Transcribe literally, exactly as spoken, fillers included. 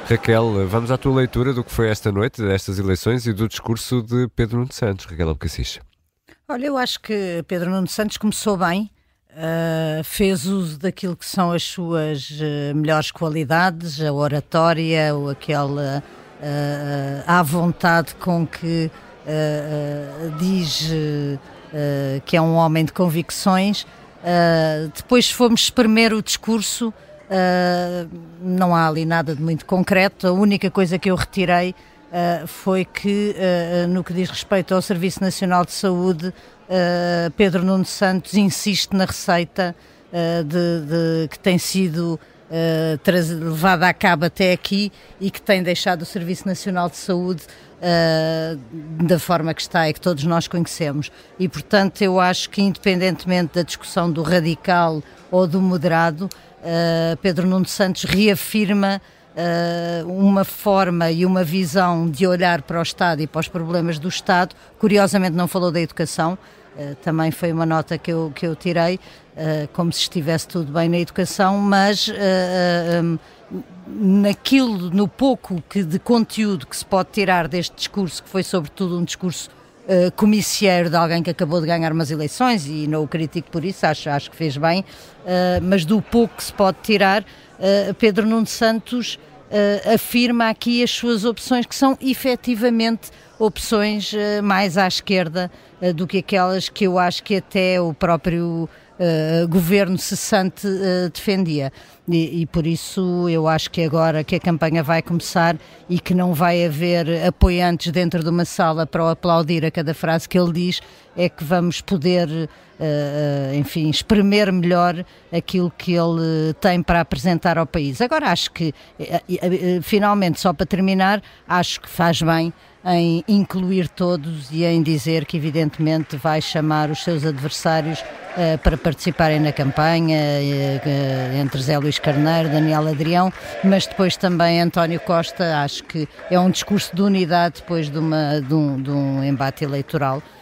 Raquel, vamos à tua leitura do que foi esta noite, destas eleições e do discurso de Pedro Nuno Santos. Raquel Abcacis. Olha, eu acho que Pedro Nuno Santos começou bem, uh, fez uso daquilo que são as suas uh, melhores qualidades, a oratória, ou aquela uh, à vontade com que uh, uh, diz uh, uh, que é um homem de convicções. Uh, depois fomos espremer o discurso. Uh, não há ali nada de muito concreto. A única coisa que eu retirei uh, foi que, uh, no que diz respeito ao Serviço Nacional de Saúde, uh, Pedro Nuno Santos insiste na receita uh, de, de, que tem sido uh, traz, levada a cabo até aqui e que tem deixado o Serviço Nacional de Saúde Uh, da forma que está e que todos nós conhecemos. E, portanto, eu acho que, independentemente da discussão do radical ou do moderado, uh, Pedro Nuno Santos reafirma uh, uma forma e uma visão de olhar para o Estado e para os problemas do Estado. Curiosamente não falou da educação, uh, também foi uma nota que eu, que eu tirei, uh, como se estivesse tudo bem na educação, mas... Uh, um, naquilo, no pouco que, de conteúdo que se pode tirar deste discurso, que foi sobretudo um discurso uh, comicieiro de alguém que acabou de ganhar umas eleições, e não o critico por isso, acho, acho que fez bem, uh, mas do pouco que se pode tirar, uh, Pedro Nuno Santos uh, afirma aqui as suas opções, que são efetivamente opções uh, mais à esquerda uh, do que aquelas que eu acho que até o próprio Uh, governo cessante uh, defendia e, e por isso eu acho que agora que a campanha vai começar e que não vai haver apoiantes dentro de uma sala para o aplaudir a cada frase que ele diz, é que vamos poder uh, enfim, espremer melhor aquilo que ele tem para apresentar ao país. Agora acho que uh, uh, finalmente, só para terminar, acho que faz bem em incluir todos e em dizer que evidentemente vai chamar os seus adversários uh, para participarem na campanha, uh, uh, entre Zé Luís Carneiro, Daniel Adrião, mas depois também António Costa. Acho que é um discurso de unidade depois de, uma, de, um, de um embate eleitoral